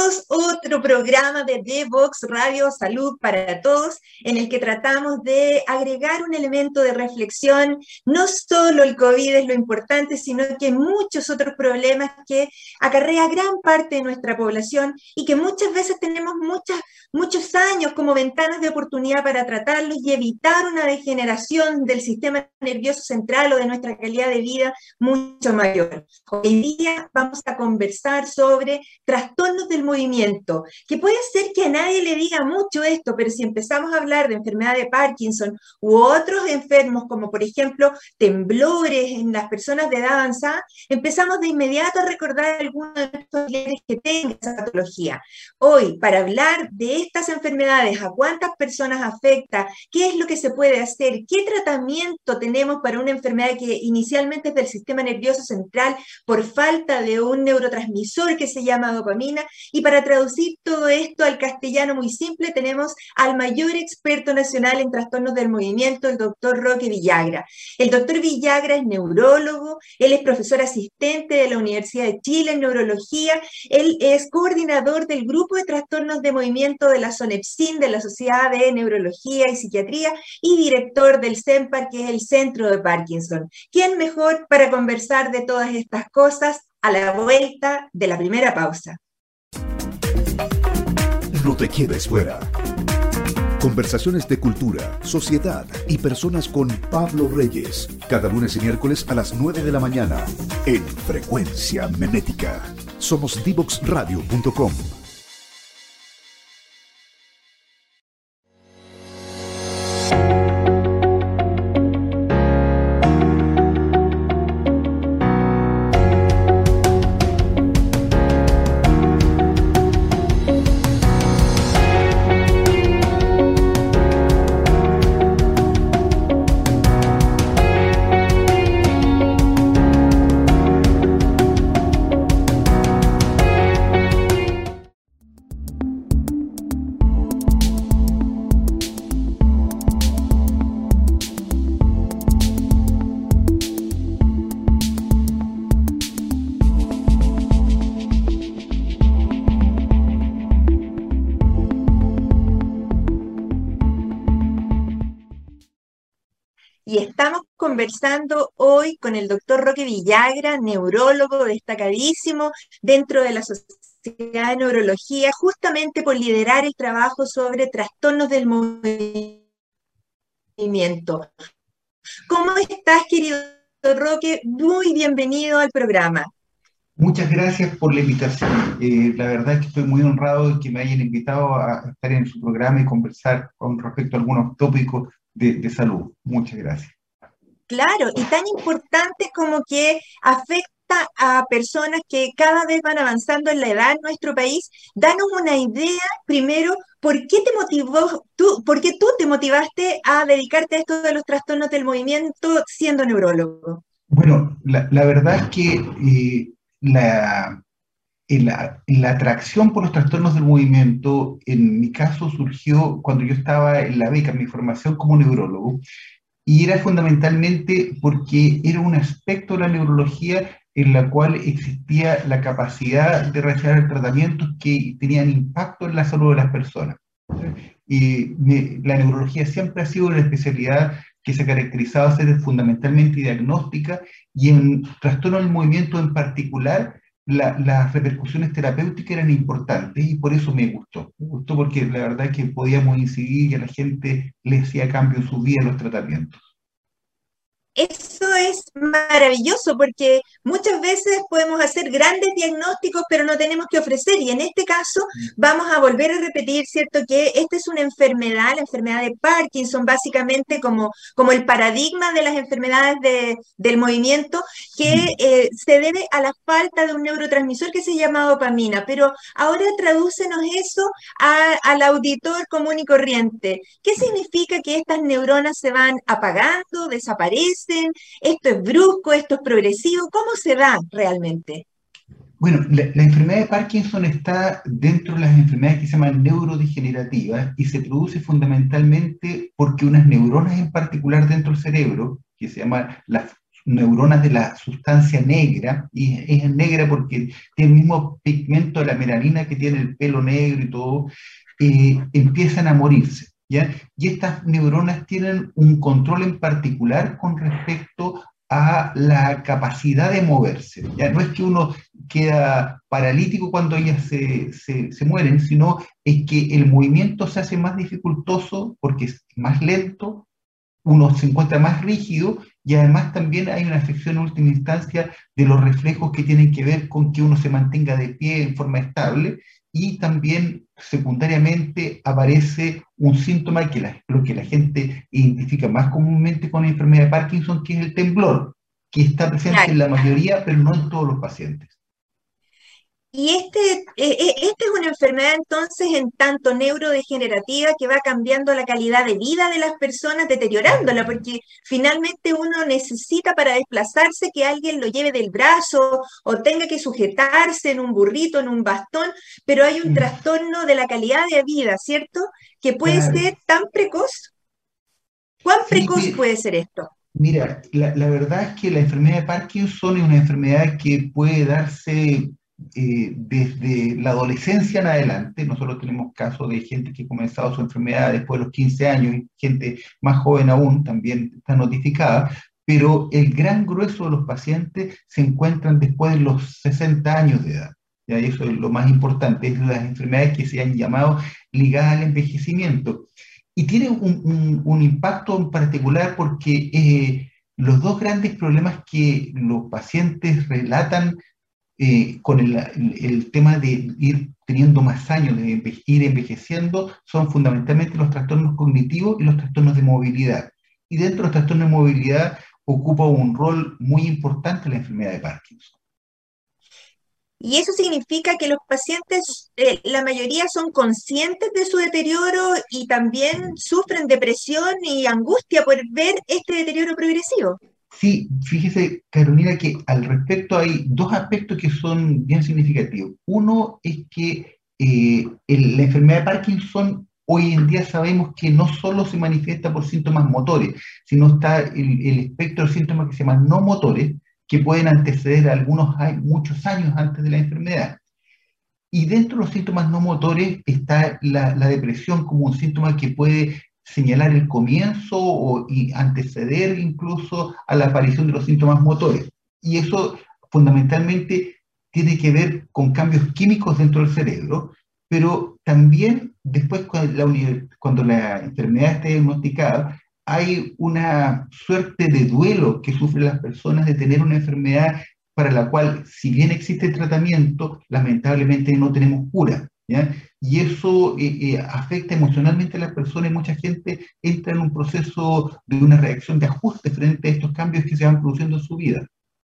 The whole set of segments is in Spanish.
todos, otro programa de Vox Radio Salud para Todos, en el que tratamos de agregar un elemento de reflexión. No solo el COVID es lo importante, sino que muchos otros problemas que acarrea gran parte de nuestra población y que muchas veces tenemos muchos años como ventanas de oportunidad para tratarlos y evitar una degeneración del sistema nervioso central o de nuestra calidad de vida mucho mayor. Hoy día vamos a conversar sobre trastornos del movimiento, que puede ser que a nadie le diga mucho esto, pero si empezamos a hablar de enfermedad de Parkinson u otros enfermos, como por ejemplo temblores en las personas de edad avanzada, empezamos de inmediato a recordar algunos de nuestros familiares que tengan esa patología. Hoy, para hablar de estas enfermedades, a cuántas personas afecta, qué es lo que se puede hacer, qué tratamiento tenemos para una enfermedad que inicialmente es del sistema nervioso central por falta de un neurotransmisor que se llama dopamina, y para traducir todo esto al castellano muy simple tenemos al mayor experto nacional en trastornos del movimiento, el doctor Roque Villagra. El doctor Villagra es neurólogo, él es profesor asistente de la Universidad de Chile en neurología, él es coordinador del grupo de trastornos de movimiento de la SONEPSIN, de la Sociedad de Neurología y Psiquiatría, y director del CEMPAR, que es el Centro de Parkinson. ¿Quién mejor para conversar de todas estas cosas a la vuelta de la primera pausa? No te quedes fuera. Conversaciones de cultura, sociedad y personas con Pablo Reyes. Cada lunes y miércoles a las 9 de la mañana en Frecuencia Memética. Somos divoxradio.com. Y estamos conversando hoy con el doctor Roque Villagra, neurólogo destacadísimo dentro de la Sociedad de Neurología, justamente por liderar el trabajo sobre trastornos del movimiento. ¿Cómo estás, querido Roque? Muy bienvenido al programa. Muchas gracias por la invitación. La verdad es que estoy muy honrado de que me hayan invitado a estar en su programa y conversar con respecto a algunos tópicos de salud. Muchas gracias. Claro, y tan importante como que afecta a personas que cada vez van avanzando en la edad en nuestro país. Danos una idea, primero, ¿por qué tú te motivaste a dedicarte a esto de los trastornos del movimiento siendo neurólogo? Bueno, la verdad es que la atracción por los trastornos del movimiento, en mi caso, surgió cuando yo estaba en la beca, en mi formación como neurólogo, y era fundamentalmente porque era un aspecto de la neurología en la cual existía la capacidad de realizar tratamientos que tenían impacto en la salud de las personas. Y la neurología siempre ha sido una especialidad que se ha caracterizado a ser fundamentalmente diagnóstica, y en trastornos del movimiento en particular, las repercusiones terapéuticas eran importantes, y por eso me gustó. Me gustó porque la verdad es que podíamos incidir y a la gente le hacía cambio en su vida en los tratamientos. Eso es maravilloso porque muchas veces podemos hacer grandes diagnósticos, pero no tenemos que ofrecer. Y en este caso vamos a volver a repetir, ¿cierto? Que esta es una enfermedad, la enfermedad de Parkinson, básicamente como el paradigma de las enfermedades del movimiento, que se debe a la falta de un neurotransmisor que se llama dopamina. Pero ahora tradúcenos eso al auditor común y corriente. ¿Qué significa que estas neuronas se van apagando, desaparecen? ¿Esto es brusco, esto es progresivo? ¿Cómo se da realmente? Bueno, la enfermedad de Parkinson está dentro de las enfermedades que se llaman neurodegenerativas y se produce fundamentalmente porque unas neuronas en particular dentro del cerebro, que se llaman las neuronas de la sustancia negra, y es negra porque tiene el mismo pigmento de la melanina que tiene el pelo negro y todo, empiezan a morirse, ¿ya? Y estas neuronas tienen un control en particular con respecto a la capacidad de moverse. Ya no es que uno queda paralítico cuando ellas se mueren, sino es que el movimiento se hace más dificultoso porque es más lento, uno se encuentra más rígido, y además también hay una afección en última instancia de los reflejos que tienen que ver con que uno se mantenga de pie en forma estable, y también secundariamente aparece un síntoma lo que la gente identifica más comúnmente con la enfermedad de Parkinson, que es el temblor, que está presente en la mayoría, pero no en todos los pacientes. Y esta es una enfermedad entonces en tanto neurodegenerativa que va cambiando la calidad de vida de las personas, deteriorándola, porque finalmente uno necesita para desplazarse que alguien lo lleve del brazo o tenga que sujetarse en un burrito, en un bastón, pero hay un trastorno de la calidad de vida, ¿cierto? Que puede ser tan precoz. ¿Cuán precoz puede ser esto? Mira, la verdad es que la enfermedad de Parkinson es una enfermedad que puede darse desde la adolescencia en adelante. Nosotros tenemos casos de gente que ha comenzado su enfermedad después de los 15 años, y gente más joven aún también está notificada, pero el gran grueso de los pacientes se encuentran después de los 60 años de edad. ¿Ya? Y eso es lo más importante, es las enfermedades que se han llamado ligadas al envejecimiento. Y tiene un impacto en particular porque los dos grandes problemas que los pacientes relatan con el tema de ir teniendo más años, de ir envejeciendo, son fundamentalmente los trastornos cognitivos y los trastornos de movilidad. Y dentro de los trastornos de movilidad ocupa un rol muy importante la enfermedad de Parkinson. Y eso significa que los pacientes, la mayoría son conscientes de su deterioro y también sufren depresión y angustia por ver este deterioro progresivo. Sí, fíjese, Carolina, que al respecto hay dos aspectos que son bien significativos. Uno es que la enfermedad de Parkinson hoy en día sabemos que no solo se manifiesta por síntomas motores, sino está el espectro de síntomas que se llaman no motores, que pueden anteceder a muchos años antes de la enfermedad. Y dentro de los síntomas no motores está la depresión como un síntoma que puede señalar el comienzo y anteceder incluso a la aparición de los síntomas motores. Y eso fundamentalmente tiene que ver con cambios químicos dentro del cerebro, pero también después cuando la enfermedad esté diagnosticada, hay una suerte de duelo que sufren las personas de tener una enfermedad para la cual, si bien existe tratamiento, lamentablemente no tenemos cura, ¿ya? Y eso afecta emocionalmente a las personas, y mucha gente entra en un proceso de una reacción de ajuste frente a estos cambios que se van produciendo en su vida.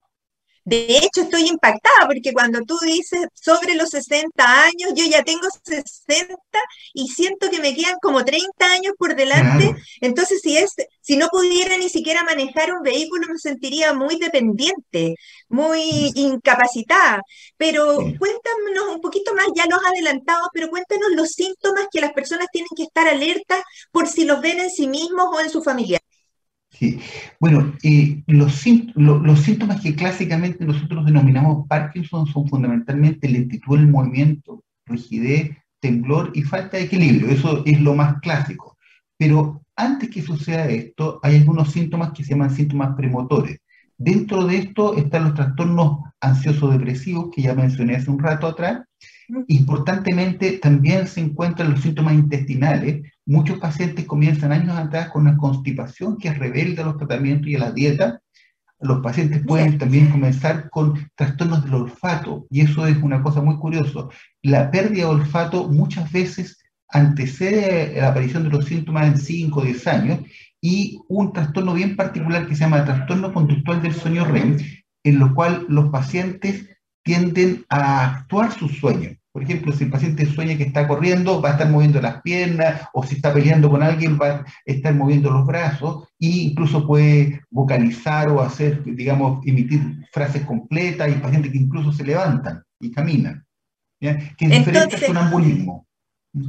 De hecho, estoy impactada porque cuando tú dices sobre los 60 años, yo ya tengo 60 y siento que me quedan como 30 años por delante. Claro. Entonces, si no pudiera ni siquiera manejar un vehículo, me sentiría muy dependiente, muy incapacitada. Pero cuéntanos un poquito más, ya lo has adelantado, pero cuéntanos los síntomas que las personas tienen que estar alertas por si los ven en sí mismos o en su familia. Sí. Bueno, los síntomas que clásicamente nosotros denominamos Parkinson son fundamentalmente lentitud del movimiento, rigidez, temblor y falta de equilibrio. Eso es lo más clásico. Pero antes que suceda esto, hay algunos síntomas que se llaman síntomas premotores. Dentro de esto están los trastornos ansioso-depresivos, que ya mencioné hace un rato atrás. Importantemente, también se encuentran los síntomas intestinales. Muchos pacientes comienzan años atrás con una constipación que es rebelde a los tratamientos y a la dieta. Los pacientes pueden también comenzar con trastornos del olfato, y eso es una cosa muy curiosa. La pérdida de olfato muchas veces antecede a la aparición de los síntomas en 5 o 10 años, y un trastorno bien particular que se llama trastorno conductual del sueño REM, en lo cual los pacientes tienden a actuar sus sueños. Por ejemplo, si el paciente sueña que está corriendo, va a estar moviendo las piernas, o si está peleando con alguien, va a estar moviendo los brazos, e incluso puede vocalizar o hacer, digamos, emitir frases completas. Hay pacientes que incluso se levantan y caminan, ¿ya? Que es diferente al sonambulismo.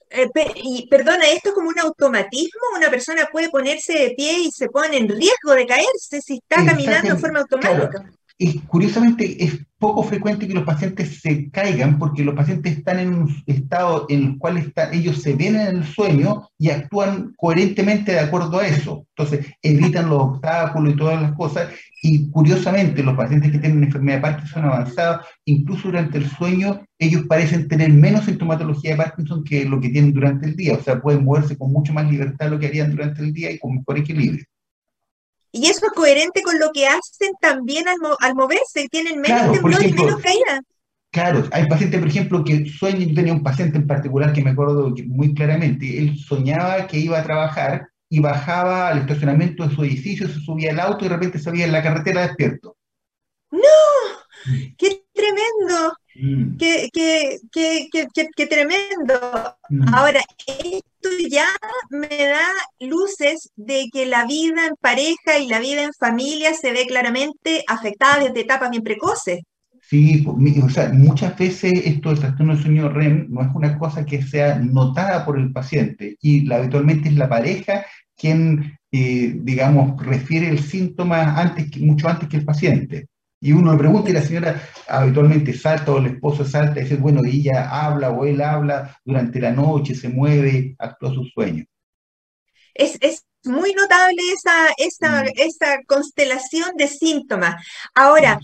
Y perdona, ¿esto es como un automatismo? ¿Una persona puede ponerse de pie y se pone en riesgo de caerse si está caminando en forma Exactamente, claro. automática? Y curiosamente es poco frecuente que los pacientes se caigan porque los pacientes están en un estado en el cual ellos se ven en el sueño y actúan coherentemente de acuerdo a eso. Entonces evitan los obstáculos y todas las cosas. Y curiosamente los pacientes que tienen enfermedad de Parkinson avanzada, incluso durante el sueño, ellos parecen tener menos sintomatología de Parkinson que lo que tienen durante el día. O sea, pueden moverse con mucho más libertad de lo que harían durante el día y con mejor equilibrio. Y eso es coherente con lo que hacen también al moverse, tienen menos Claro, por temblor y ejemplo, menos caída. claro, hay pacientes, por ejemplo, que sueñan, yo tenía un paciente en particular que me acuerdo muy claramente, él soñaba que iba a trabajar y bajaba al estacionamiento de su edificio, se subía al auto y de repente se veía en la carretera despierto. ¡No! Mm, ¡Qué tremendo! mm, ¡Qué tremendo! mm. Ahora, esto ya me da luces de que la vida en pareja y la vida en familia se ve claramente afectada desde etapas bien precoces. Sí, pues, o sea, muchas veces esto del trastorno del sueño REM no es una cosa que sea notada por el paciente y habitualmente es la pareja quien, digamos, refiere el síntoma mucho antes que el paciente. Y uno le pregunta y la señora habitualmente salta o el esposo salta y dice, bueno, y ella habla o él habla durante la noche, se mueve, actúa sus sueños. Es muy notable Mm, esa constelación de síntomas. Ahora,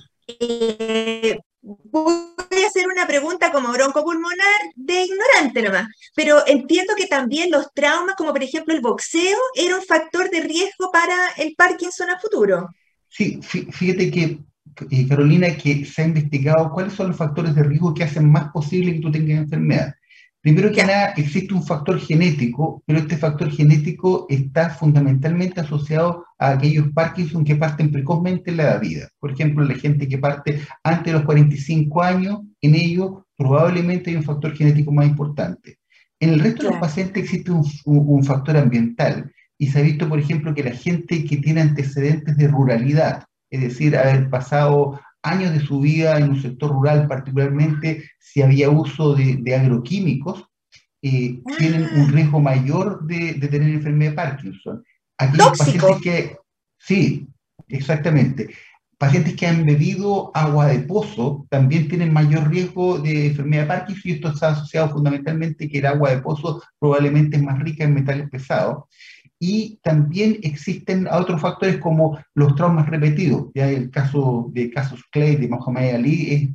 voy a hacer una pregunta como broncopulmonar de ignorante nomás, pero entiendo que también los traumas, como por ejemplo el boxeo, era un factor de riesgo para el Parkinson a futuro. sí, fíjate que, Carolina, que se ha investigado cuáles son los factores de riesgo que hacen más posible que tú tengas enfermedad. Primero que Ya, nada, existe un factor genético, pero este factor genético está fundamentalmente asociado a aquellos Parkinson que parten precozmente en la vida. Por ejemplo, la gente que parte antes de los 45 años, en ello probablemente hay un factor genético más importante. En el resto de los claro. pacientes existe un factor ambiental y se ha visto, por ejemplo, que la gente que tiene antecedentes de ruralidad, es decir, haber pasado años de su vida en un sector rural, particularmente si había uso de agroquímicos, tienen un Ah, riesgo mayor de tener enfermedad de Parkinson. Aquellos tóxico. pacientes que, sí, exactamente, pacientes que han bebido agua de pozo también tienen mayor riesgo de enfermedad de Parkinson y esto está asociado fundamentalmente que el agua de pozo probablemente es más rica en metales pesados y también existen otros factores como los traumas repetidos. Ya el caso de Casus Clay, de Mohamed Ali, es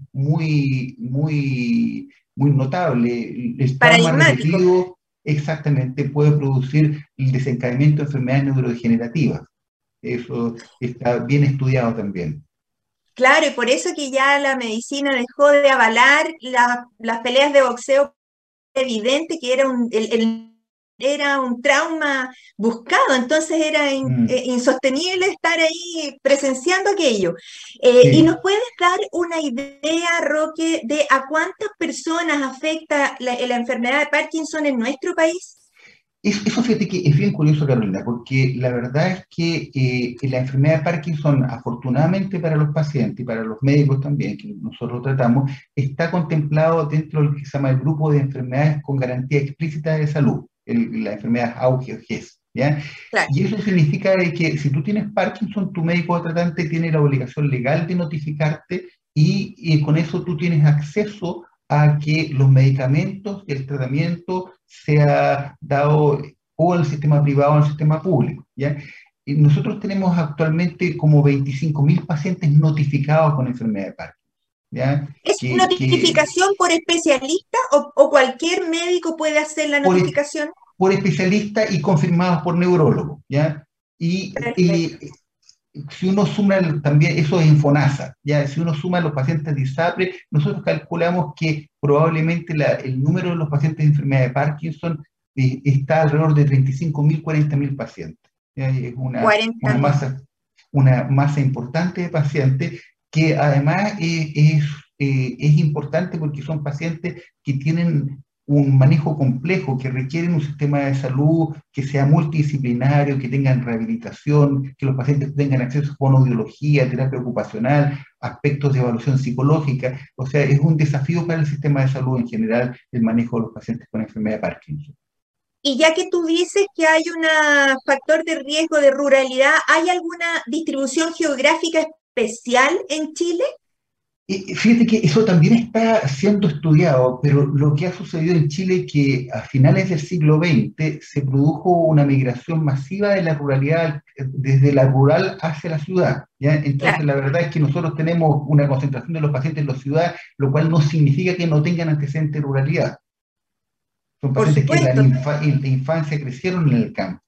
muy notable. El trauma Paradigmático. repetido exactamente puede producir el desencadenamiento de enfermedades neurodegenerativas. Eso está bien estudiado también. Claro, y por eso que ya la medicina dejó de avalar las peleas de boxeo, evidente que era era un trauma buscado, entonces era Mm, insostenible estar ahí presenciando aquello. ¿Y nos sí. puedes dar una idea, Roque, de a cuántas personas afecta la enfermedad de Parkinson en nuestro país? Eso fíjate que es bien curioso, Carolina, porque la verdad es que la enfermedad de Parkinson, afortunadamente para los pacientes y para los médicos también, que nosotros tratamos, está contemplado dentro de lo que se llama el grupo de enfermedades con garantía explícita de salud, la enfermedad AUGE o GES, ¿ya? Claro, Y eso significa de que si tú tienes Parkinson, tu médico o tratante tiene la obligación legal de notificarte y con eso tú tienes acceso a que los medicamentos y el tratamiento sea dado o en el sistema privado o en el sistema público, ¿ya? Y nosotros tenemos actualmente como 25.000 pacientes notificados con enfermedad de Parkinson, ¿ya? ¿es Que notificación por especialista o cualquier médico puede hacer la por, notificación? por especialistas y confirmados por neurólogos, ¿ya? Y Perfecto. si uno suma también, eso es en FONASA, ¿ya? Si uno suma los pacientes de ISAPRE, nosotros calculamos que probablemente el número de los pacientes de enfermedad de Parkinson está alrededor de 35.000, 40.000 pacientes. ¿Ya? Es 40.000. una masa importante de pacientes que además es importante porque son pacientes que tienen un manejo complejo, que requieren un sistema de salud que sea multidisciplinario, que tengan rehabilitación, que los pacientes tengan acceso a fonoaudiología, terapia ocupacional, aspectos de evaluación psicológica. O sea, es un desafío para el sistema de salud en general el manejo de los pacientes con enfermedad de Parkinson. Y ya que tú dices que hay un factor de riesgo de ruralidad, ¿hay alguna distribución geográfica especial en Chile? Fíjate que eso también está siendo estudiado, pero lo que ha sucedido en Chile es que a finales del siglo XX se produjo una migración masiva de la ruralidad, desde la rural hacia la ciudad, ¿ya? Entonces, Claro, la verdad es que nosotros tenemos una concentración de los pacientes en la ciudad, lo cual no significa que no tengan antecedentes de ruralidad. Son por pacientes que supuesto. en la infancia crecieron en el campo.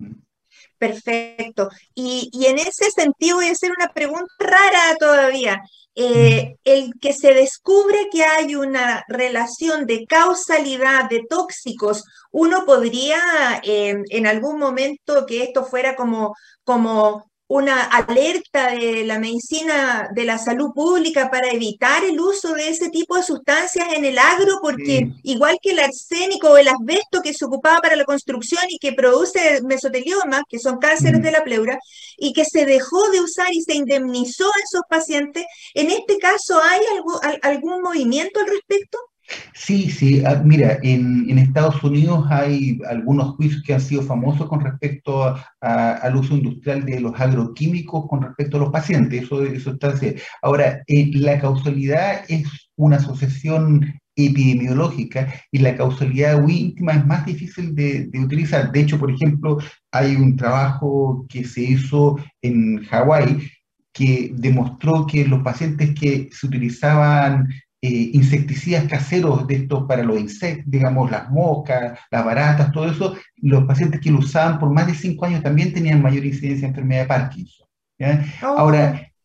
Perfecto. Y en ese sentido voy a hacer una pregunta rara todavía. El que se descubre que hay una relación de causalidad de tóxicos, uno podría en algún momento que esto fuera como una alerta de la medicina de la salud pública para evitar el uso de ese tipo de sustancias en el agro, porque Sí. igual que el arsénico o el asbesto que se ocupaba para la construcción y que produce mesoteliomas, que son cánceres de Mm. la pleura, y que se dejó de usar y se indemnizó a esos pacientes, ¿en este caso hay algún movimiento al respecto? Sí, sí, mira, en Estados Unidos hay algunos juicios que han sido famosos con respecto al uso industrial de los agroquímicos con respecto a los pacientes, eso está así. Ahora, la causalidad es una asociación epidemiológica y la causalidad íntima es más difícil de utilizar. De hecho, por ejemplo, hay un trabajo que se hizo en Hawái que demostró que los pacientes que se utilizaban insecticidas caseros de estos para los insectos, digamos, las moscas, las baratas, todo eso, los pacientes que lo usaban por más de 5 años también tenían mayor incidencia de enfermedad de Parkinson. ¿Ya? Oh, Ahora,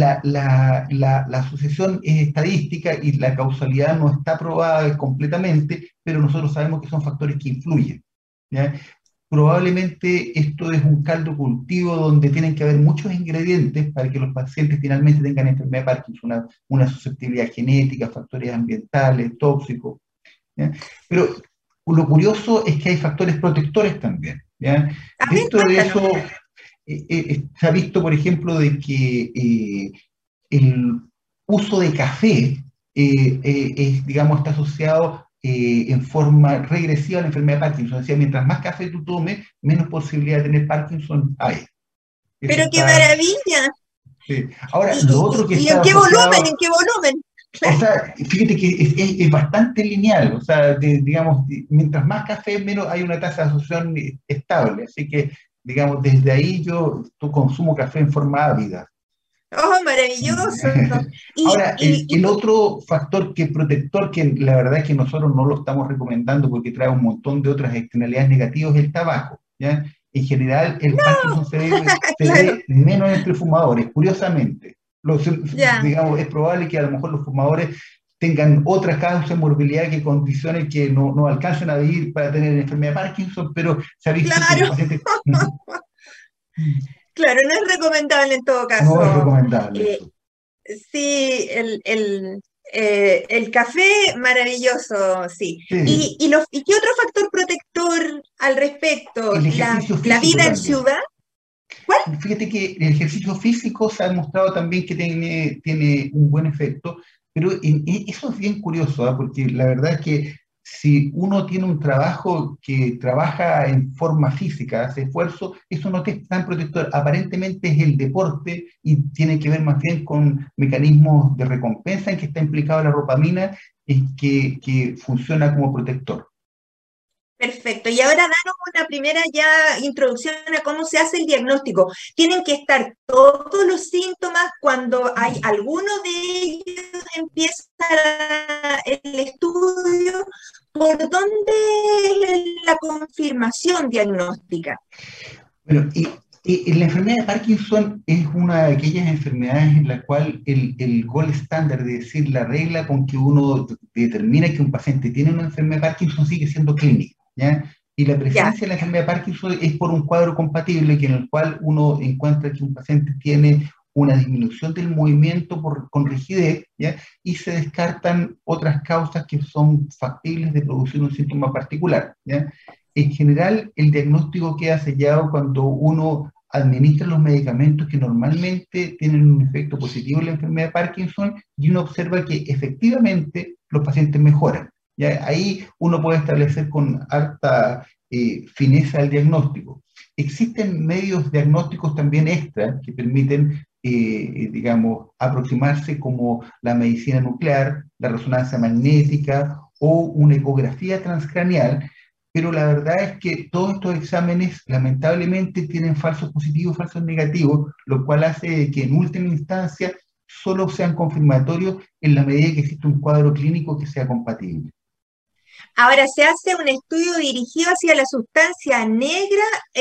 la asociación es estadística y la causalidad no está probada completamente, pero nosotros sabemos que son factores que influyen. ¿Ya? Probablemente esto es un caldo de cultivo donde tienen que haber muchos ingredientes para que los pacientes finalmente tengan enfermedad de Parkinson, una susceptibilidad genética, factores ambientales, tóxicos, ¿ya? Pero lo curioso es que hay factores protectores también, ¿ya? a ver, Dentro de cuéntanos. eso, se ha visto, por ejemplo, de que el uso de café, digamos, está asociado en forma regresiva a la enfermedad de Parkinson. O sea, mientras más café tú tomes, menos posibilidad de tener Parkinson hay. Eso Pero qué está. maravilla. Sí. Ahora, lo ¿Y, otro que y en está qué volumen? asociado, ¿En qué volumen? o sea, fíjate que es bastante lineal, o sea, digamos, mientras más café, menos hay una tasa de asociación estable. Así que, digamos, desde ahí tú consumo café en forma ávida. Oh, maravilloso. Y, Ahora, y, y el otro factor que protector, que la verdad es que nosotros no lo estamos recomendando porque trae un montón de otras externalidades negativas, es el tabaco, ¿ya? En general, el Parkinson se claro, ve menos entre fumadores, curiosamente. ya, Digamos, es probable que a lo mejor los fumadores tengan otra causa de morbilidad que condiciones que no alcancen a vivir para tener enfermedad de Parkinson, pero se ha visto que los claro, pacientes claro, no es recomendable en todo no es caso. recomendable Eh, eso. sí, el café, maravilloso, sí. Sí, ¿Y qué otro factor protector al respecto? el ¿La, ejercicio la físico vida en también. ciudad? ¿Cuál? Fíjate que el ejercicio físico se ha demostrado también que tiene un buen efecto, pero eso es bien curioso, ¿ah? Porque la verdad es que si uno tiene un trabajo que trabaja en forma física, hace esfuerzo, eso no te es tan protector. Aparentemente es el deporte y tiene que ver más bien con mecanismos de recompensa en que está implicada la dopamina, es que funciona como protector. Perfecto. Y ahora danos una primera ya introducción a cómo se hace el diagnóstico. ¿Tienen que estar todos los síntomas cuando hay alguno de ellos empieza el estudio? ¿Por dónde es la confirmación diagnóstica? Bueno, y la enfermedad de Parkinson es una de aquellas enfermedades en la cual el gold standard, es decir, la regla con que uno determina que un paciente tiene una enfermedad de Parkinson sigue siendo clínica, ¿ya? Y la Ya, presencia de la enfermedad de Parkinson es por un cuadro compatible que en el cual uno encuentra que un paciente tiene una disminución del movimiento con rigidez, ¿ya? Y se descartan otras causas que son factibles de producir un síntoma particular, ¿ya? En general, el diagnóstico queda sellado cuando uno administra los medicamentos que normalmente tienen un efecto positivo en la enfermedad de Parkinson y uno observa que efectivamente los pacientes mejoran. ¿Ya? Ahí uno puede establecer con harta fineza el diagnóstico. Existen medios diagnósticos también extra que permiten, digamos, aproximarse como la medicina nuclear, la resonancia magnética o una ecografía transcraneal, pero la verdad es que todos estos exámenes lamentablemente tienen falsos positivos, falsos negativos, lo cual hace que en última instancia solo sean confirmatorios en la medida que existe un cuadro clínico que sea compatible. Ahora, se hace un estudio dirigido hacia la sustancia negra.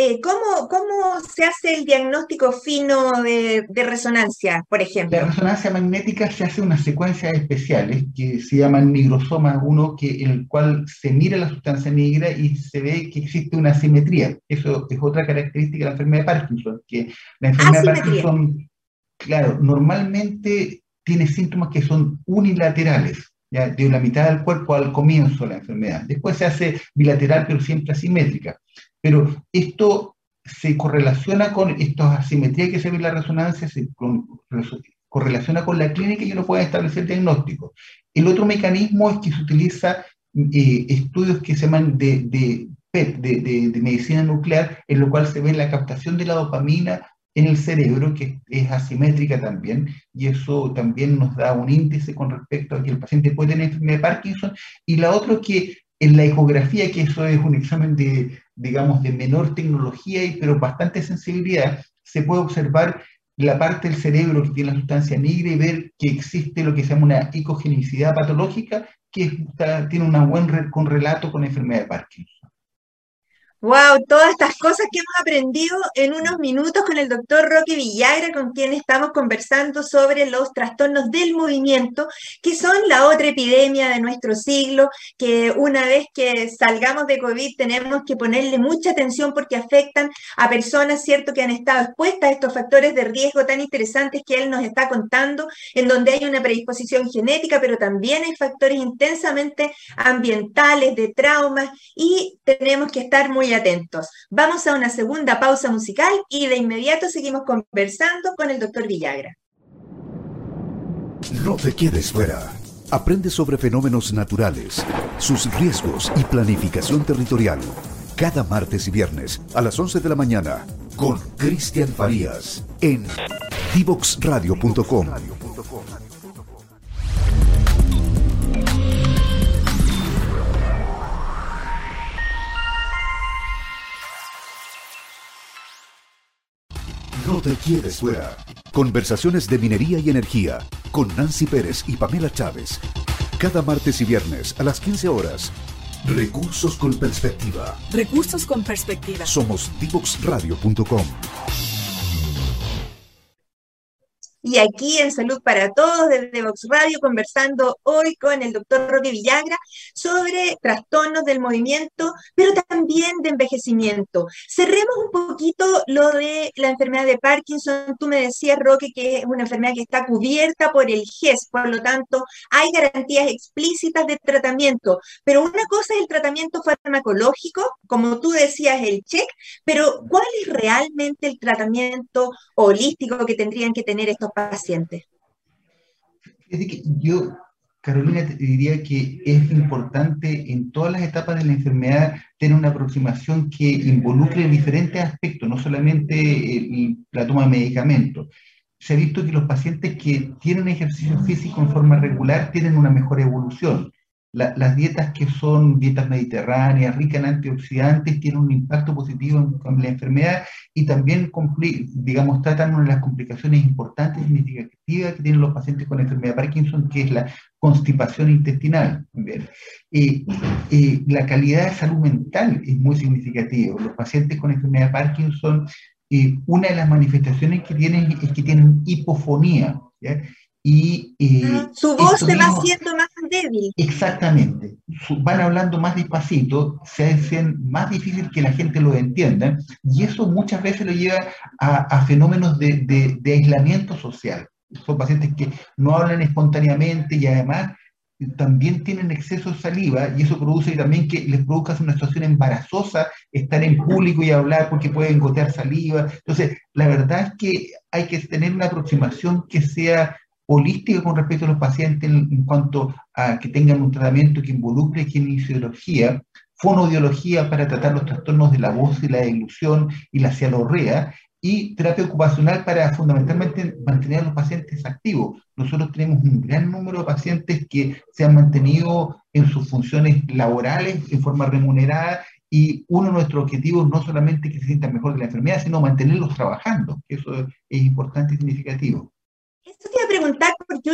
¿Cómo se hace el diagnóstico fino de resonancia, por ejemplo? La resonancia magnética se hace unas secuencias especiales que se llaman nigrosomas 1, en el cual se mira la sustancia negra y se ve que existe una asimetría. Eso es otra característica de la enfermedad de Parkinson, que la enfermedad de Parkinson, claro, normalmente tiene síntomas que son unilaterales, ¿ya? De la mitad del cuerpo al comienzo de la enfermedad. Después se hace bilateral, pero siempre asimétrica. Pero esto se correlaciona con estas asimetrías que se ve en la resonancia, correlaciona con la clínica y uno puede establecer diagnóstico. El otro mecanismo es que se utiliza estudios que se llaman de PET, de medicina nuclear, en lo cual se ve la captación de la dopamina en el cerebro, que es asimétrica también, y eso también nos da un índice con respecto a que el paciente puede tener enfermedad de Parkinson. Y la otra es que en la ecografía, que eso es un examen de, digamos, de menor tecnología, pero bastante sensibilidad, se puede observar la parte del cerebro que tiene la sustancia negra y ver que existe lo que se llama una ecogenicidad patológica, que tiene un buen correlato con la enfermedad de Parkinson. Wow, todas estas cosas que hemos aprendido en unos minutos con el doctor Roque Villagra, con quien estamos conversando sobre los trastornos del movimiento, que son la otra epidemia de nuestro siglo, que una vez que salgamos de COVID tenemos que ponerle mucha atención porque afectan a personas, ¿cierto?, que han estado expuestas a estos factores de riesgo tan interesantes que él nos está contando, en donde hay una predisposición genética, pero también hay factores intensamente ambientales, de traumas, y tenemos que estar muy atentos. Vamos a una segunda pausa musical y de inmediato seguimos conversando con el doctor Villagra. No te quedes fuera. Aprende sobre fenómenos naturales, sus riesgos y planificación territorial. Cada martes y viernes a las 11 de la mañana con Cristian Farías en divoxradio.com. No te quedes fuera. Conversaciones de minería y energía con Nancy Pérez y Pamela Chávez. Cada martes y viernes a las 15 horas. Recursos con perspectiva. Recursos con perspectiva. Somos divoxradio.com. Y aquí en Salud para Todos, desde Vox Radio, conversando hoy con el doctor Roque Villagra sobre trastornos del movimiento, pero también de envejecimiento. Cerremos un poquito lo de la enfermedad de Parkinson. Tú me decías, Roque, que es una enfermedad que está cubierta por el GES, por lo tanto, hay garantías explícitas de tratamiento. Pero una cosa es el tratamiento farmacológico, como tú decías, el check, pero ¿cuál es realmente el tratamiento holístico que tendrían que tener estos pacientes? Es que yo, Carolina, te diría que es importante en todas las etapas de la enfermedad tener una aproximación que involucre diferentes aspectos, no solamente la toma de medicamentos. Se ha visto que los pacientes que tienen ejercicio físico en forma regular tienen una mejor evolución. Las dietas que son dietas mediterráneas, ricas en antioxidantes, tienen un impacto positivo en la enfermedad y también, digamos, tratan una de las complicaciones importantes y significativas que tienen los pacientes con enfermedad de Parkinson, que es la constipación intestinal. La calidad de salud mental es muy significativa. Los pacientes con enfermedad de Parkinson, una de las manifestaciones que tienen es que tienen hipofonía, ¿ya? Su voz se va haciendo más débil. Exactamente. Van hablando más despacito, se hacen más difícil que la gente lo entienda, y eso muchas veces lo lleva a fenómenos de aislamiento social. Son pacientes que no hablan espontáneamente y además también tienen exceso de saliva, y eso produce también que les produzca una situación embarazosa estar en público y hablar porque pueden gotear saliva. Entonces, la verdad es que hay que tener una aproximación que sea holística con respecto a los pacientes en cuanto a que tengan un tratamiento que involucre kinesiología, fonoaudiología para tratar los trastornos de la voz y la deglución y la cialorrea, y terapia ocupacional para fundamentalmente mantener a los pacientes activos. Nosotros tenemos un gran número de pacientes que se han mantenido en sus funciones laborales en forma remunerada, y uno de nuestros objetivos no solamente que se sientan mejor de la enfermedad, sino mantenerlos trabajando, que eso es importante y significativo. Esto te iba a preguntar, porque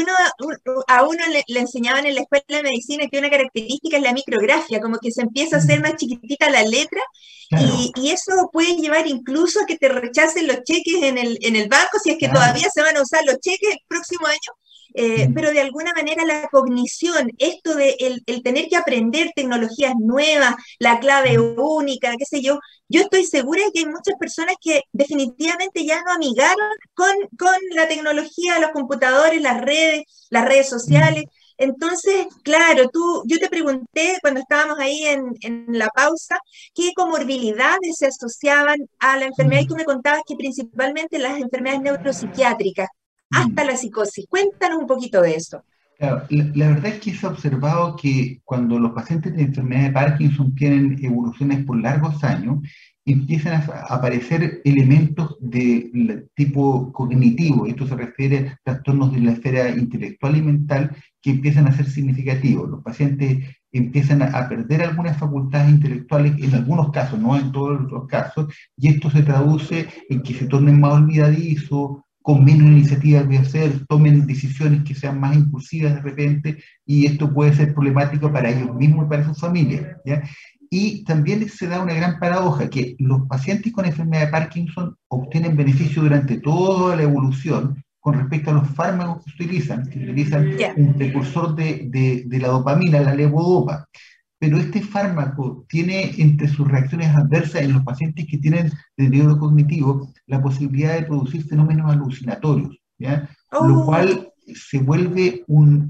a uno le enseñaban en la escuela de medicina que una característica es la micrografía, como que se empieza a hacer más chiquitita la letra, Claro, y eso puede llevar incluso a que te rechacen los cheques en el banco, si es que claro. todavía se van a usar los cheques el próximo año. Pero de alguna manera la cognición, esto de el tener que aprender tecnologías nuevas, la clave única, qué sé yo, yo estoy segura de que hay muchas personas que definitivamente ya no amigaron con la tecnología, los computadores, las redes sociales. Entonces, claro, yo te pregunté cuando estábamos ahí en la pausa, qué comorbilidades se asociaban a la enfermedad, y tú me contabas que principalmente las enfermedades neuropsiquiátricas, hasta la psicosis. Cuéntanos un poquito de eso. Claro, la verdad es que se ha observado que cuando los pacientes de enfermedad de Parkinson tienen evoluciones por largos años, empiezan a aparecer elementos de tipo cognitivo. Esto se refiere a trastornos de la esfera intelectual y mental que empiezan a ser significativos. Los pacientes empiezan a perder algunas facultades intelectuales en algunos casos, no en todos los casos, y esto se traduce en que se tornen más olvidadizos, con menos iniciativa que hacer, tomen decisiones que sean más impulsivas de repente, y esto puede ser problemático para ellos mismos y para sus familias, ¿ya? Y también se da una gran paradoja, que los pacientes con enfermedad de Parkinson obtienen beneficio durante toda la evolución con respecto a los fármacos que utilizan Ya. un precursor de la dopamina, la levodopa. Pero este fármaco tiene entre sus reacciones adversas en los pacientes que tienen deterioro cognitivo la posibilidad de producir fenómenos alucinatorios, ¿ya? Lo Oh, cual se vuelve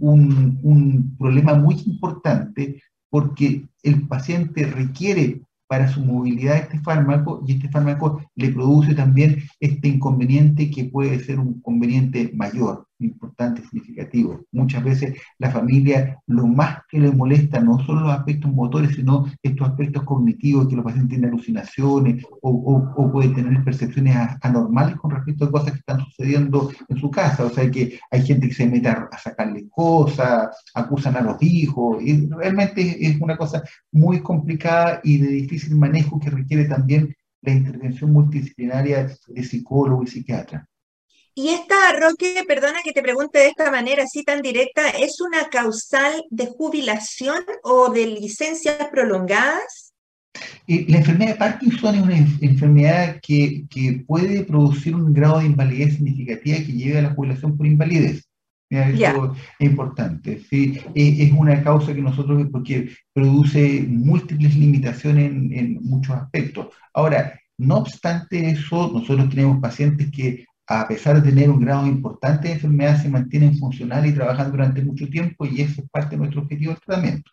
un problema muy importante, porque el paciente requiere para su movilidad este fármaco, y este fármaco le produce también este inconveniente que puede ser un inconveniente mayor, importante, significativo. Muchas veces la familia lo más que le molesta no son los aspectos motores, sino estos aspectos cognitivos, que los pacientes tienen alucinaciones o pueden tener percepciones anormales con respecto a cosas que están sucediendo en su casa. O sea que hay gente que se mete a sacarle cosas, acusan a los hijos, y realmente es una cosa muy complicada y de difícil manejo, que requiere también la intervención multidisciplinaria de psicólogo y psiquiatra. y esta, Roque, perdona que te pregunte de esta manera así tan directa, ¿es una causal de jubilación o de licencias prolongadas? La enfermedad de Parkinson es una enfermedad que puede producir un grado de invalidez significativa que lleve a la jubilación por invalidez. Mira, Ya. eso es importante, ¿sí? Es una causa que nosotros, porque produce múltiples limitaciones en muchos aspectos. Ahora, no obstante eso, nosotros tenemos pacientes que, a pesar de tener un grado importante de enfermedad, se mantienen funcionales y trabajan durante mucho tiempo, y eso es parte de nuestro objetivo de tratamiento.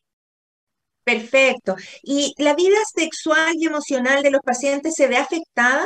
Perfecto. ¿Y la vida sexual y emocional de los pacientes se ve afectada?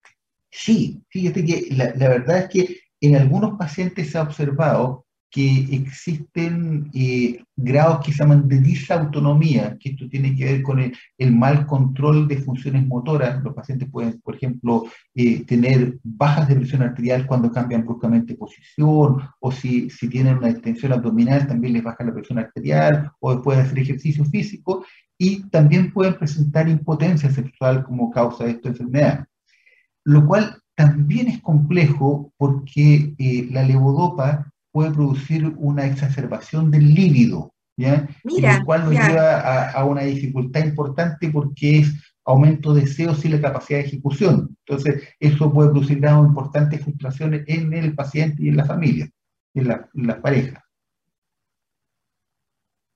Sí, fíjate que la verdad es que en algunos pacientes se ha observado que existen grados que se llaman de disautonomía, que esto tiene que ver con el mal control de funciones motoras. Los pacientes pueden, por ejemplo, tener bajas de presión arterial cuando cambian bruscamente de posición, o si tienen una distensión abdominal también les baja la presión arterial, o después de hacer ejercicio físico, y también pueden presentar impotencia sexual como causa de esta enfermedad, lo cual también es complejo, porque la levodopa puede producir una exacerbación del líbido, ¿ya? Y lo Mira, cual nos ya. lleva a una dificultad importante, porque es aumento de deseos y la capacidad de ejecución. Entonces, eso puede producir grados importantes frustraciones en el paciente y en la familia, en la pareja.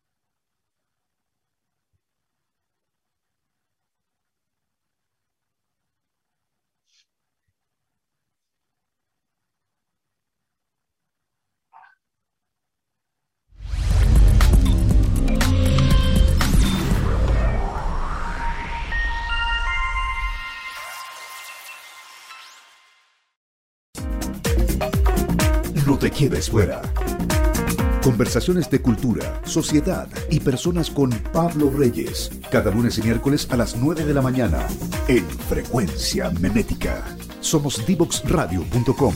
No te quedes fuera. Conversaciones de cultura, sociedad y personas con Pablo Reyes. Cada lunes y miércoles a las 9 de la mañana en Frecuencia Memética. Somos divoxradio.com.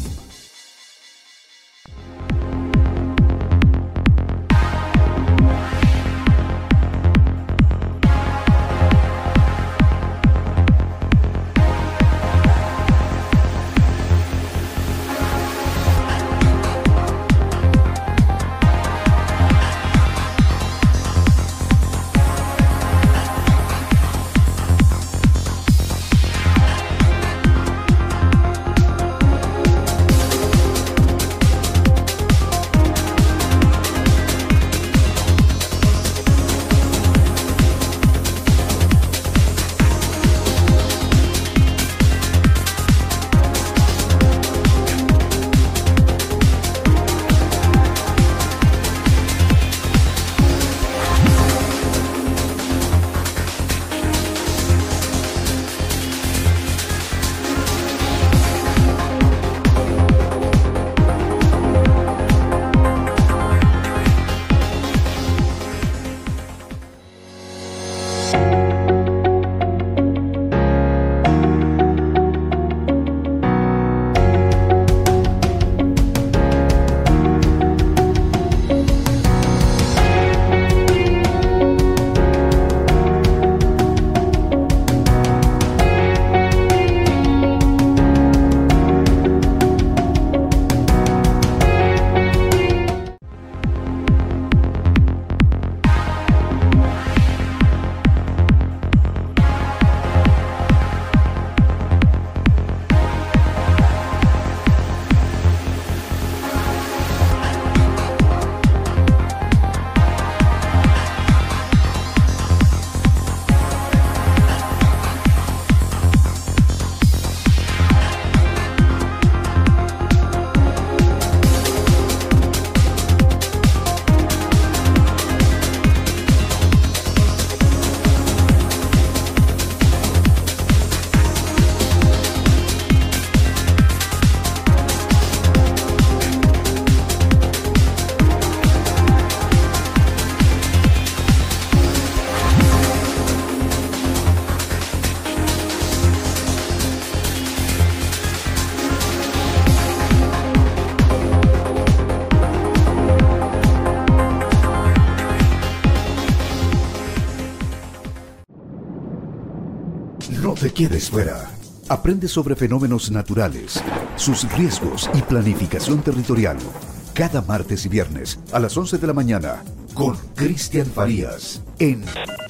No te quedes fuera. Aprende sobre fenómenos naturales, sus riesgos y planificación territorial. Cada martes y viernes a las 11 de la mañana con Cristian Farías en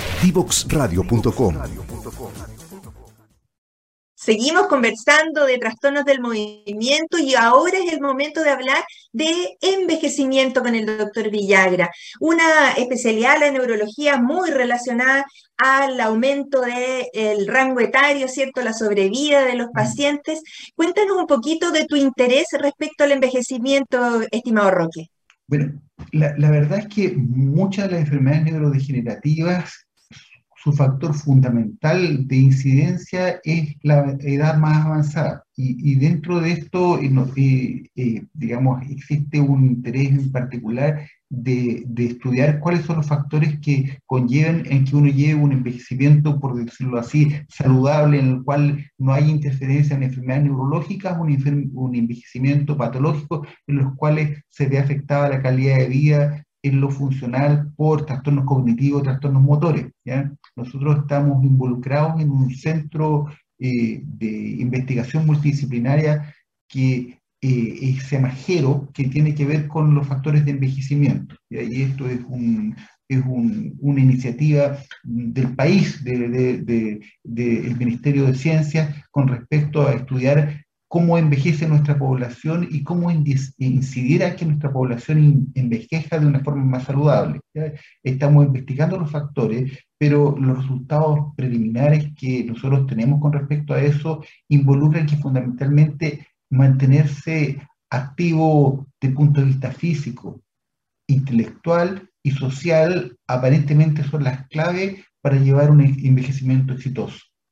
divoxradio.com. Seguimos conversando de trastornos del movimiento y ahora es el momento de hablar de envejecimiento con el doctor Villagra, una especialidad de la neurología muy relacionada al aumento del rango etario, ¿cierto? La sobrevida de los pacientes. Cuéntanos un poquito de tu interés respecto al envejecimiento, estimado Roque. Bueno, la verdad es que muchas de las enfermedades neurodegenerativas, su factor fundamental de incidencia es la edad más avanzada. Y dentro de esto, digamos, existe un interés en particular de estudiar cuáles son los factores que conllevan en que uno lleve un envejecimiento, por decirlo así, saludable, en el cual no hay interferencia en enfermedades neurológicas, un envejecimiento patológico, en los cuales se ve afectada la calidad de vida en lo funcional por trastornos cognitivos, trastornos motores, ¿ya? Nosotros estamos involucrados en un centro de investigación multidisciplinaria que es SEMAGERO, que tiene que ver con los factores de envejecimiento. Y esto es una iniciativa del país, del Ministerio de Ciencias, con respecto a estudiar cómo envejece nuestra población y cómo incidir a que nuestra población envejezca de una forma más saludable, ¿ya? Estamos investigando los factores, pero los resultados preliminares que nosotros tenemos con respecto a eso involucran que fundamentalmente mantenerse activo desde el punto de vista físico, intelectual y social aparentemente son las claves para llevar un envejecimiento exitoso.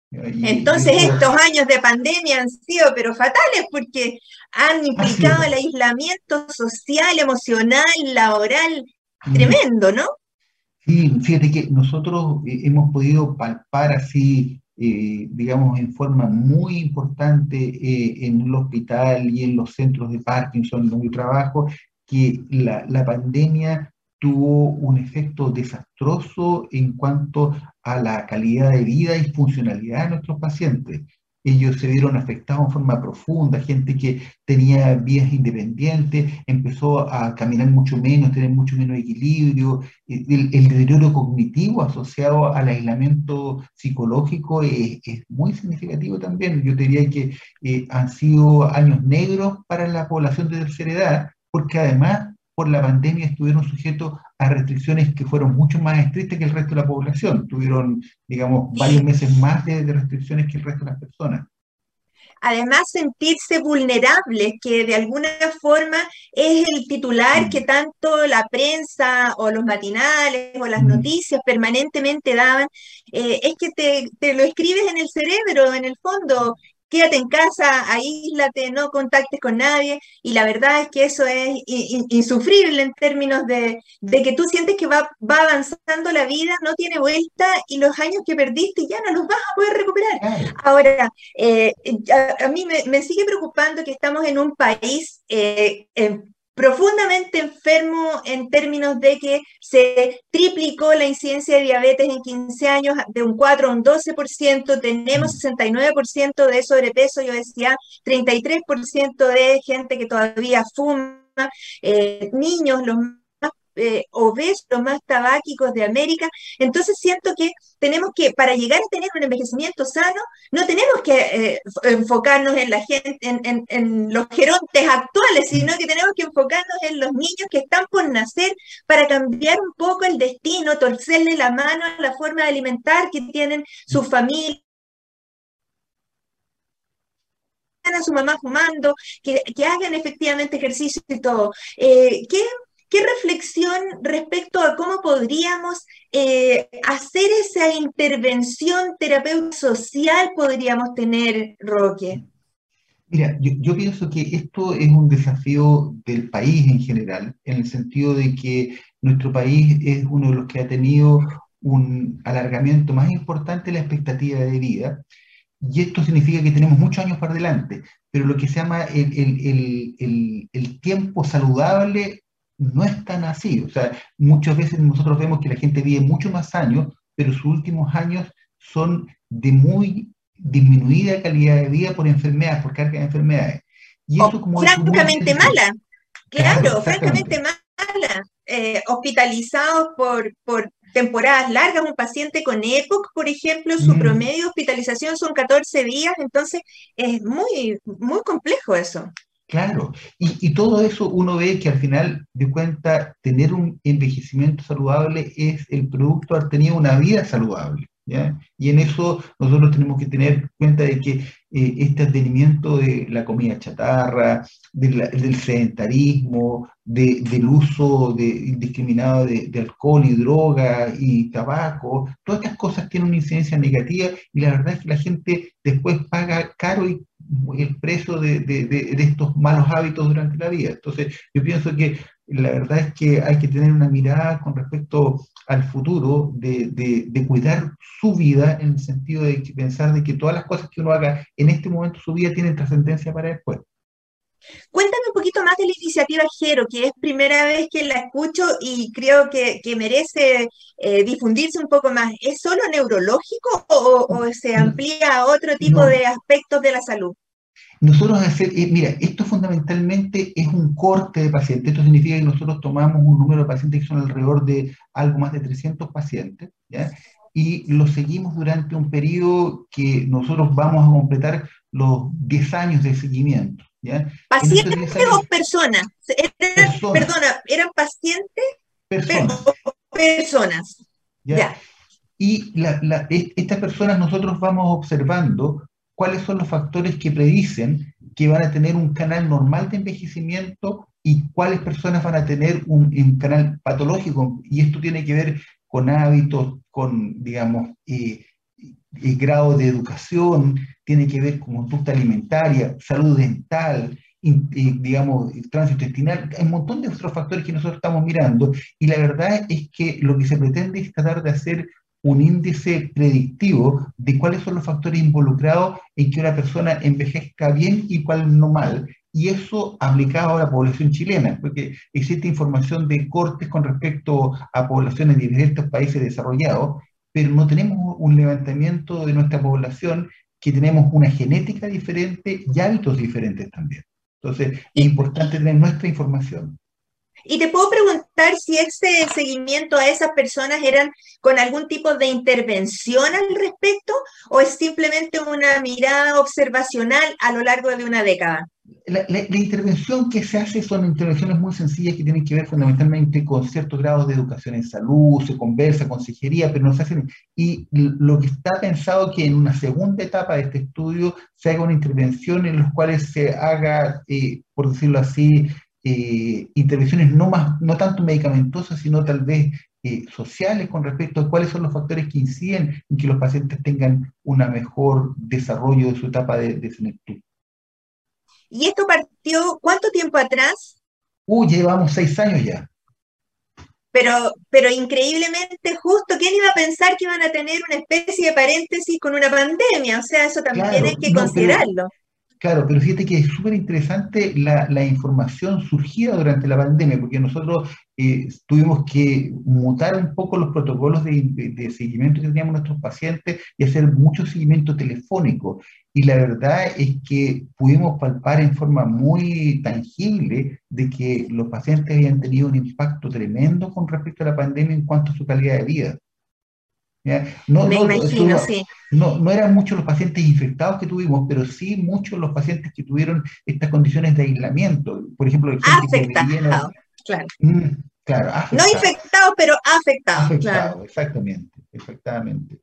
Y de Entonces hecho, estos años de pandemia han sido pero fatales porque han así es. implicado el aislamiento social, emocional, laboral, Mm. tremendo, ¿no? Sí, fíjate que nosotros hemos podido palpar así, digamos, en forma muy importante en el hospital y en los centros de Parkinson donde yo trabajo, que la pandemia tuvo un efecto desastroso en cuanto a la calidad de vida y funcionalidad de nuestros pacientes. Ellos se vieron afectados en forma profunda, gente que tenía vías independientes, empezó a caminar mucho menos, tener mucho menos equilibrio, el deterioro cognitivo asociado al aislamiento psicológico es muy significativo también. Yo diría que han sido años negros para la población de tercera edad, porque además por la pandemia estuvieron sujetos a restricciones que fueron mucho más estrictas que el resto de la población. Tuvieron, digamos, varios Y meses más de restricciones que el resto de las personas. además sentirse vulnerables, que de alguna forma es el titular que Mm, tanto la prensa o los matinales o las mm, noticias permanentemente daban, es que te lo escribes en el cerebro, en el fondo. Quédate en casa, aíslate, no contactes con nadie, y la verdad es que eso es insufrible en términos de que tú sientes que va avanzando la vida, no tiene vuelta, y los años que perdiste ya no los vas a poder recuperar. claro. Ahora, a mí me sigue preocupando que estamos en un país profundamente enfermo en términos de que se triplicó la incidencia de diabetes en 15 años, de un 4 a un 12%, tenemos Mm, 69% de sobrepeso y obesidad, 33% de gente que todavía fuma, niños, los obesos, los más tabáquicos de América. Entonces siento que tenemos que, para llegar a tener un envejecimiento sano, no tenemos que enfocarnos en la gente, en los gerontes actuales, sino mm. que tenemos que enfocarnos en los niños que están por nacer para cambiar un poco el destino, torcerle la mano a la forma de alimentar que tienen sus familias, a su mamá fumando, que hagan efectivamente ejercicio y todo. ¿Qué reflexión respecto a cómo podríamos hacer esa intervención terapéutica social podríamos tener, Roque? Mira, yo pienso que esto es un desafío del país en general, en el sentido de que nuestro país es uno de los que ha tenido un alargamiento más importante de la expectativa de vida, y esto significa que tenemos muchos años por delante, pero lo que se llama el tiempo saludable no es tan así. O sea, muchas veces nosotros vemos que la gente vive mucho más años, pero sus últimos años son de muy disminuida calidad de vida por enfermedades, por carga de enfermedades. Y O eso, como tú muy bien francamente dices, mala, claro, claro, francamente exactamente. mala, hospitalizados por temporadas largas. Un paciente con EPOC, por ejemplo, su Mm. promedio de hospitalización son 14 días, entonces es muy complejo eso. Claro, y todo eso uno ve que al final de cuentas tener un envejecimiento saludable es el producto de haber tenido una vida saludable, ¿ya? Y en eso nosotros tenemos que tener cuenta de que este advenimiento de la comida chatarra, del sedentarismo, del uso indiscriminado de alcohol y droga y tabaco, todas estas cosas tienen una incidencia negativa y la verdad es que la gente después paga caro y el precio de estos malos hábitos durante la vida. Entonces, yo pienso que la verdad es que hay que tener una mirada con respecto al futuro, de cuidar su vida, en el sentido de que pensar de que todas las cosas que uno haga en este momento de su vida tienen trascendencia para después. Cuéntame un poquito más de la iniciativa Gero, que es primera vez que la escucho y creo que merece difundirse un poco más. ¿Es solo neurológico o se amplía a otro tipo No, de aspectos de la salud? nosotros mira, esto fundamentalmente es un corte de pacientes. Esto significa que nosotros tomamos un número de pacientes que son alrededor de algo más de 300 pacientes, ¿ya? Y los seguimos durante un periodo que nosotros vamos a completar los 10 años de seguimiento, ¿ya? En estos 10 ¿Pacientes años, o personas? personas, Perdona, ¿eran pacientes personas, o personas? ¿ya? Ya. Y estas personas nosotros vamos observando cuáles son los factores que predicen que van a tener un canal normal de envejecimiento y cuáles personas van a tener un canal patológico. Y esto tiene que ver con hábitos, con, digamos, grado de educación, tiene que ver con conducta alimentaria, salud dental, digamos, tránsito intestinal, hay un montón de otros factores que nosotros estamos mirando, y la verdad es que lo que se pretende es tratar de hacer un índice predictivo de cuáles son los factores involucrados en que una persona envejezca bien y cuál no mal, y eso aplicado a la población chilena, porque existe información de cortes con respecto a poblaciones de diferentes países desarrollados, pero no tenemos un levantamiento de nuestra población, que tenemos una genética diferente y hábitos diferentes también. Entonces, es importante tener nuestra información. Y te puedo preguntar si ese seguimiento a esas personas eran con algún tipo de intervención al respecto, o es simplemente una mirada observacional a lo largo de una década. La intervención que se hace son intervenciones muy sencillas que tienen que ver fundamentalmente con ciertos grados de educación en salud, se conversa, consejería, pero no se hacen. Y lo que está pensado que en una segunda etapa de este estudio se haga una intervención en los cuales se haga, por decirlo así, intervenciones no tanto medicamentosas, sino tal vez sociales con respecto a cuáles son los factores que inciden en que los pacientes tengan un mejor desarrollo de su etapa de senectud. ¿Y esto partió cuánto tiempo atrás? Llevamos 6 años ya. Pero increíblemente justo, ¿quién iba a pensar que iban a tener una especie de paréntesis con una pandemia? O sea, eso también Claro, hay que no, considerarlo. Claro, pero fíjate que es súper interesante la información surgida durante la pandemia, porque nosotros tuvimos que mutar un poco los protocolos de seguimiento que teníamos nuestros pacientes y hacer mucho seguimiento telefónico. Y la verdad es que pudimos palpar en forma muy tangible de que los pacientes habían tenido un impacto tremendo con respecto a la pandemia en cuanto a su calidad de vida. ¿Ya? Me imagino, sí. No eran muchos los pacientes infectados que tuvimos, pero sí muchos los pacientes que tuvieron estas condiciones de aislamiento. Por ejemplo, gente que vivía claro. Claro, No infectados, pero afectados, claro. Exactamente.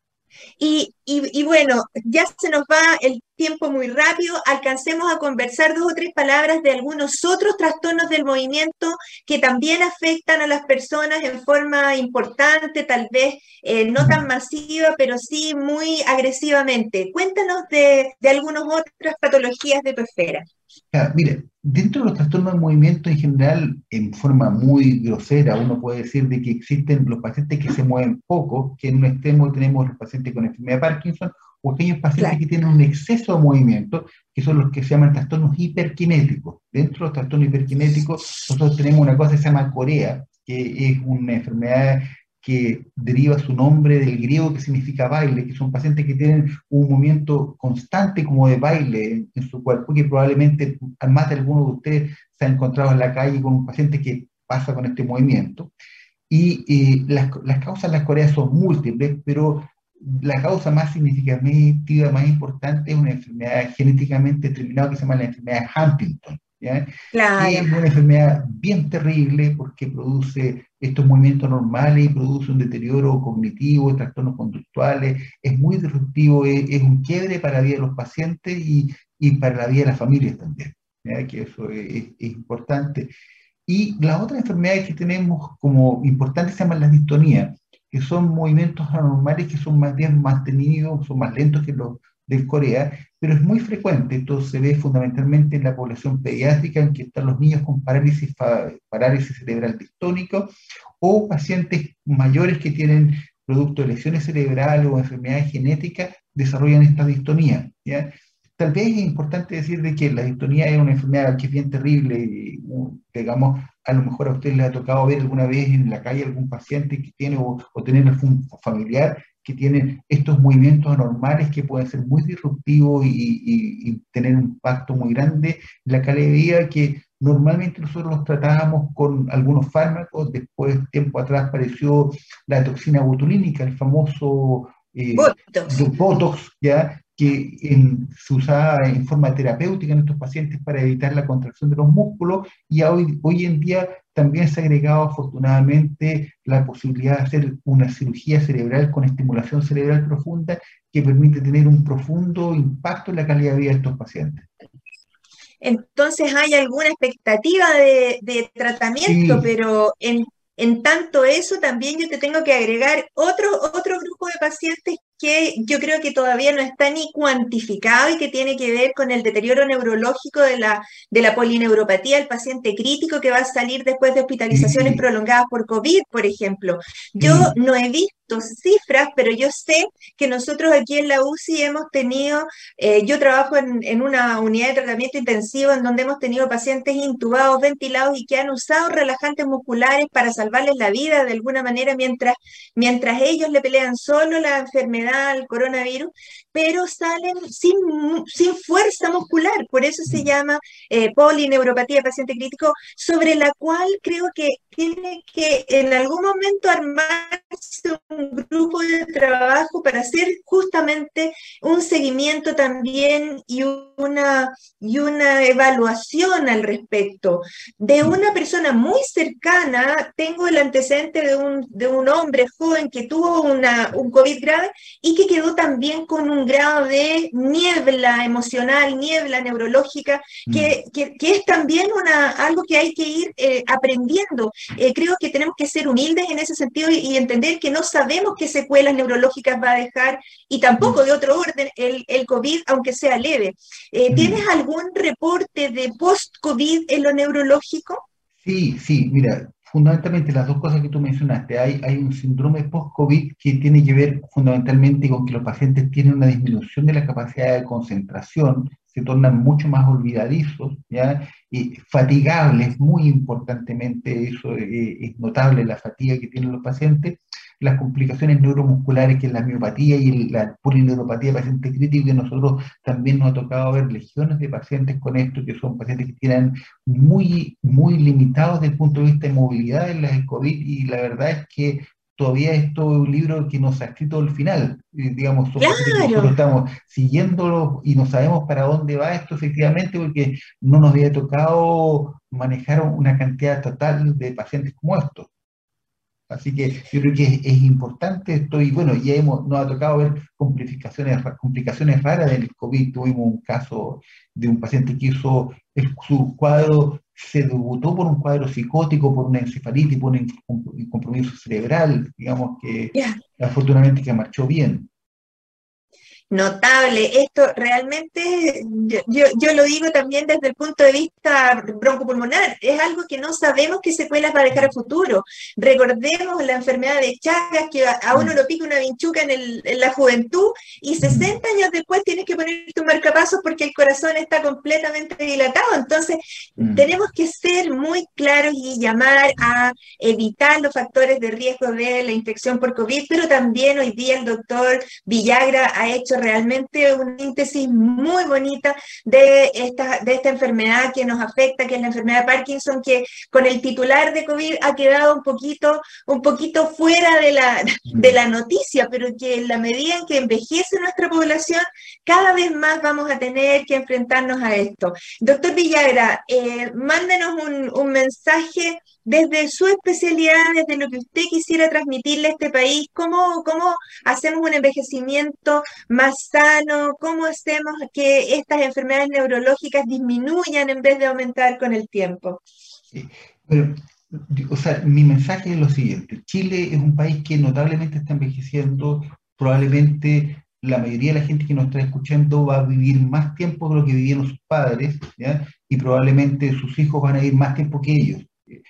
Y bueno, ya se nos va el tiempo muy rápido, alcancemos a conversar 2 o 3 palabras de algunos otros trastornos del movimiento que también afectan a las personas en forma importante, tal vez no tan masiva, pero sí muy agresivamente. Cuéntanos de algunas otras patologías de tu esfera. Mire, dentro de los trastornos del movimiento en general, en forma muy grosera, uno puede decir de que existen los pacientes que se mueven poco, que en un extremo tenemos los pacientes con enfermedad de Parkinson, o aquellos pacientes que tienen un exceso de movimiento, que son los que se llaman trastornos hiperkinéticos. Dentro de los trastornos hiperkinéticos, nosotros tenemos una cosa que se llama corea, que es una enfermedad que deriva su nombre del griego, que significa baile, que son pacientes que tienen un movimiento constante como de baile en su cuerpo, que probablemente más de alguno de ustedes se ha encontrado en la calle con un paciente que pasa con este movimiento. Y las causas de las coreas son múltiples, pero la causa más significativa, más importante, es una enfermedad genéticamente determinada que se llama la enfermedad de Huntington. ¿Ya? Claro. Que es una enfermedad bien terrible porque produce estos movimientos normales y produce un deterioro cognitivo, trastornos conductuales, es muy disruptivo, es un quiebre para la vida de los pacientes y para la vida de las familias también, ¿ya? Que eso es importante. Y las otras enfermedades que tenemos como importantes se llaman las distonías, que son movimientos anormales que son más bien mantenidos, son más lentos que los del Corea, pero es muy frecuente. Esto se ve fundamentalmente en la población pediátrica, en que están los niños con parálisis cerebral distónico, o pacientes mayores que tienen, producto de lesiones cerebrales o enfermedades genéticas, desarrollan esta distonía, ¿ya? Tal vez es importante decir de que la distonía es una enfermedad que es bien terrible, y, digamos, a lo mejor a usted le ha tocado ver alguna vez en la calle algún paciente que tiene, o tener algún familiar que tienen estos movimientos anormales que pueden ser muy disruptivos y tener un impacto muy grande en la calidad de vida, que normalmente nosotros los tratábamos con algunos fármacos. Después, tiempo atrás, apareció la toxina botulínica, el famoso Botox, ¿ya? Que se usaba en forma terapéutica en estos pacientes para evitar la contracción de los músculos, y hoy en día también se ha agregado afortunadamente la posibilidad de hacer una cirugía cerebral con estimulación cerebral profunda, que permite tener un profundo impacto en la calidad de vida de estos pacientes. Entonces hay alguna expectativa de tratamiento, sí, pero en tanto eso también yo te tengo que agregar otro grupo de pacientes que yo creo que todavía no está ni cuantificado y que tiene que ver con el deterioro neurológico de la polineuropatía, el paciente crítico que va a salir después de hospitalizaciones Sí, prolongadas por COVID, por ejemplo. Yo sí, no he visto cifras, pero yo sé que nosotros aquí en la UCI hemos tenido, yo trabajo en una unidad de tratamiento intensivo en donde hemos tenido pacientes intubados, ventilados y que han usado relajantes musculares para salvarles la vida de alguna manera mientras ellos le pelean solo la enfermedad al coronavirus, pero salen sin fuerza muscular. Por eso se llama polineuropatía paciente crítico, sobre la cual creo que tiene que en algún momento armarse un grupo de trabajo para hacer justamente un seguimiento también y una evaluación al respecto. De una persona muy cercana, tengo el antecedente de un hombre joven que tuvo un COVID grave y que quedó también con un grado de niebla emocional, niebla neurológica, que es también algo que hay que ir aprendiendo. Creo que tenemos que ser humildes en ese sentido y entender que no sabemos qué secuelas neurológicas va a dejar y tampoco de otro orden el COVID, aunque sea leve. ¿Tienes algún reporte de post-COVID en lo neurológico? sí, sí, mira, fundamentalmente las dos cosas que tú mencionaste, hay un síndrome post-COVID que tiene que ver fundamentalmente con que los pacientes tienen una disminución de la capacidad de concentración, se tornan mucho más olvidadizos, ¿ya? Y fatigables, muy importantemente, eso es notable, la fatiga que tienen los pacientes, las complicaciones neuromusculares, que es la miopatía y la polineuropatía de paciente crítico, que nosotros también nos ha tocado ver legiones de pacientes con esto, que son pacientes que tienen muy limitados desde el punto de vista de movilidad en las COVID, y la verdad es que todavía esto es un libro que nos ha escrito el final, digamos, son pacientes que nosotros Claro. estamos siguiéndolo y no sabemos para dónde va esto efectivamente, porque no nos había tocado manejar una cantidad total de pacientes como estos. Así que yo creo que es importante esto y bueno, nos ha tocado ver complicaciones raras del COVID. Tuvimos un caso de un paciente que su cuadro, se debutó por un cuadro psicótico, por una encefalitis, por un compromiso cerebral, digamos que Ya. afortunadamente que marchó bien. Notable, esto realmente, yo lo digo también desde el punto de vista broncopulmonar, es algo que no sabemos qué secuelas va a dejar a futuro. Recordemos la enfermedad de Chagas, que a uno Mm, lo pica una vinchuca en la juventud y mm, 60 años después tienes que ponerte un marcapasos porque el corazón está completamente dilatado. Entonces, mm, tenemos que ser muy claros y llamar a evitar los factores de riesgo de la infección por COVID, pero también hoy día el doctor Villagra ha hecho realmente una síntesis muy bonita de esta enfermedad que nos afecta, que es la enfermedad de Parkinson, que con el titular de COVID ha quedado un poquito fuera de mm. la noticia, pero que en la medida en que envejece nuestra población, cada vez más vamos a tener que enfrentarnos a esto. Doctor Villagra, mándenos un mensaje desde su especialidad, desde lo que usted quisiera transmitirle a este país, cómo hacemos un envejecimiento más sano, cómo hacemos que estas enfermedades neurológicas disminuyan en vez de aumentar con el tiempo. Sí. Pero, o sea, mi mensaje es lo siguiente. Chile es un país que notablemente está envejeciendo. Probablemente la mayoría de la gente que nos está escuchando va a vivir más tiempo de lo que vivieron sus padres, ¿ya? Y probablemente sus hijos van a vivir más tiempo que ellos.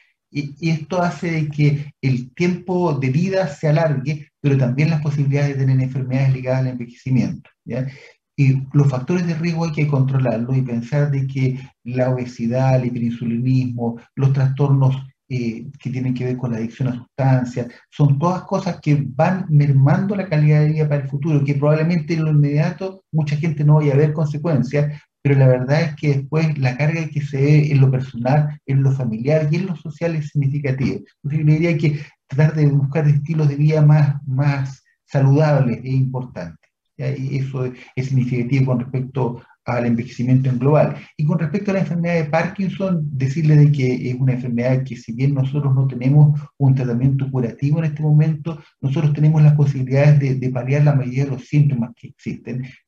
Y esto hace de que el tiempo de vida se alargue, pero también las posibilidades de tener enfermedades ligadas al envejecimiento, ¿ya? Y los factores de riesgo hay que controlarlos y pensar de que la obesidad, el hiperinsulinismo, los trastornos que tienen que ver con la adicción a sustancias, son todas cosas que van mermando la calidad de vida para el futuro, que probablemente en lo inmediato mucha gente no vaya a ver consecuencias, pero la verdad es que después la carga que se ve en lo personal, en lo familiar y en lo social es significativa. Entonces yo diría que tratar de buscar estilos de vida más saludables es importante. ¿Ya? Y eso es significativo con respecto al envejecimiento en global. Y con respecto a la enfermedad de Parkinson, decirle de que es una enfermedad que si bien nosotros no tenemos un tratamiento curativo en este momento, nosotros tenemos las posibilidades de paliar la mayoría de los síntomas que existen,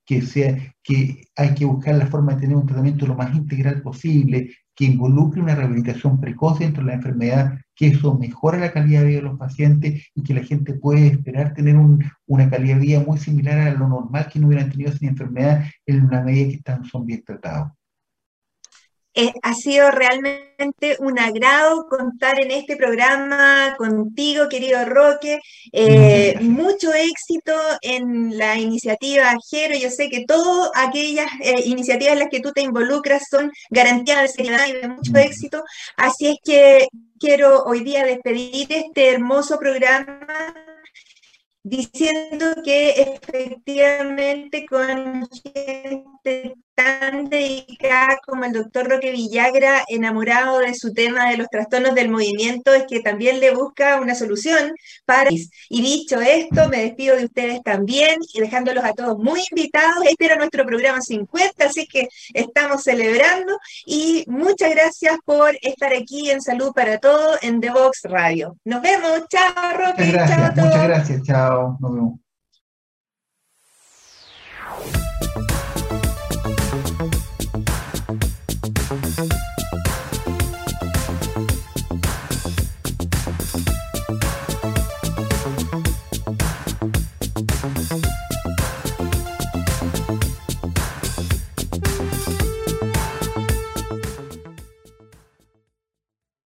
que hay que buscar la forma de tener un tratamiento lo más integral posible, que involucre una rehabilitación precoz dentro de la enfermedad, que eso mejora la calidad de vida de los pacientes y que la gente puede esperar tener una calidad de vida muy similar a lo normal que no hubieran tenido sin enfermedad en una medida que son bien tratados. Ha sido realmente un agrado contar en este programa contigo, querido Roque. Mucho éxito en la iniciativa Jero. Yo sé que todas aquellas iniciativas en las que tú te involucras son garantía de seriedad y de mucho éxito. Así es que quiero hoy día despedir este hermoso programa diciendo que efectivamente con gente tan dedicada como el doctor Roque Villagra, enamorado de su tema de los trastornos del movimiento, es que también le busca una solución para... Y dicho esto, me despido de ustedes también y dejándolos a todos muy invitados. Este era nuestro programa 50, así que estamos celebrando y muchas gracias por estar aquí en Salud para Todos en The Box Radio. Nos vemos, chao Roque, chao a todos. Muchas gracias, chao, nos vemos.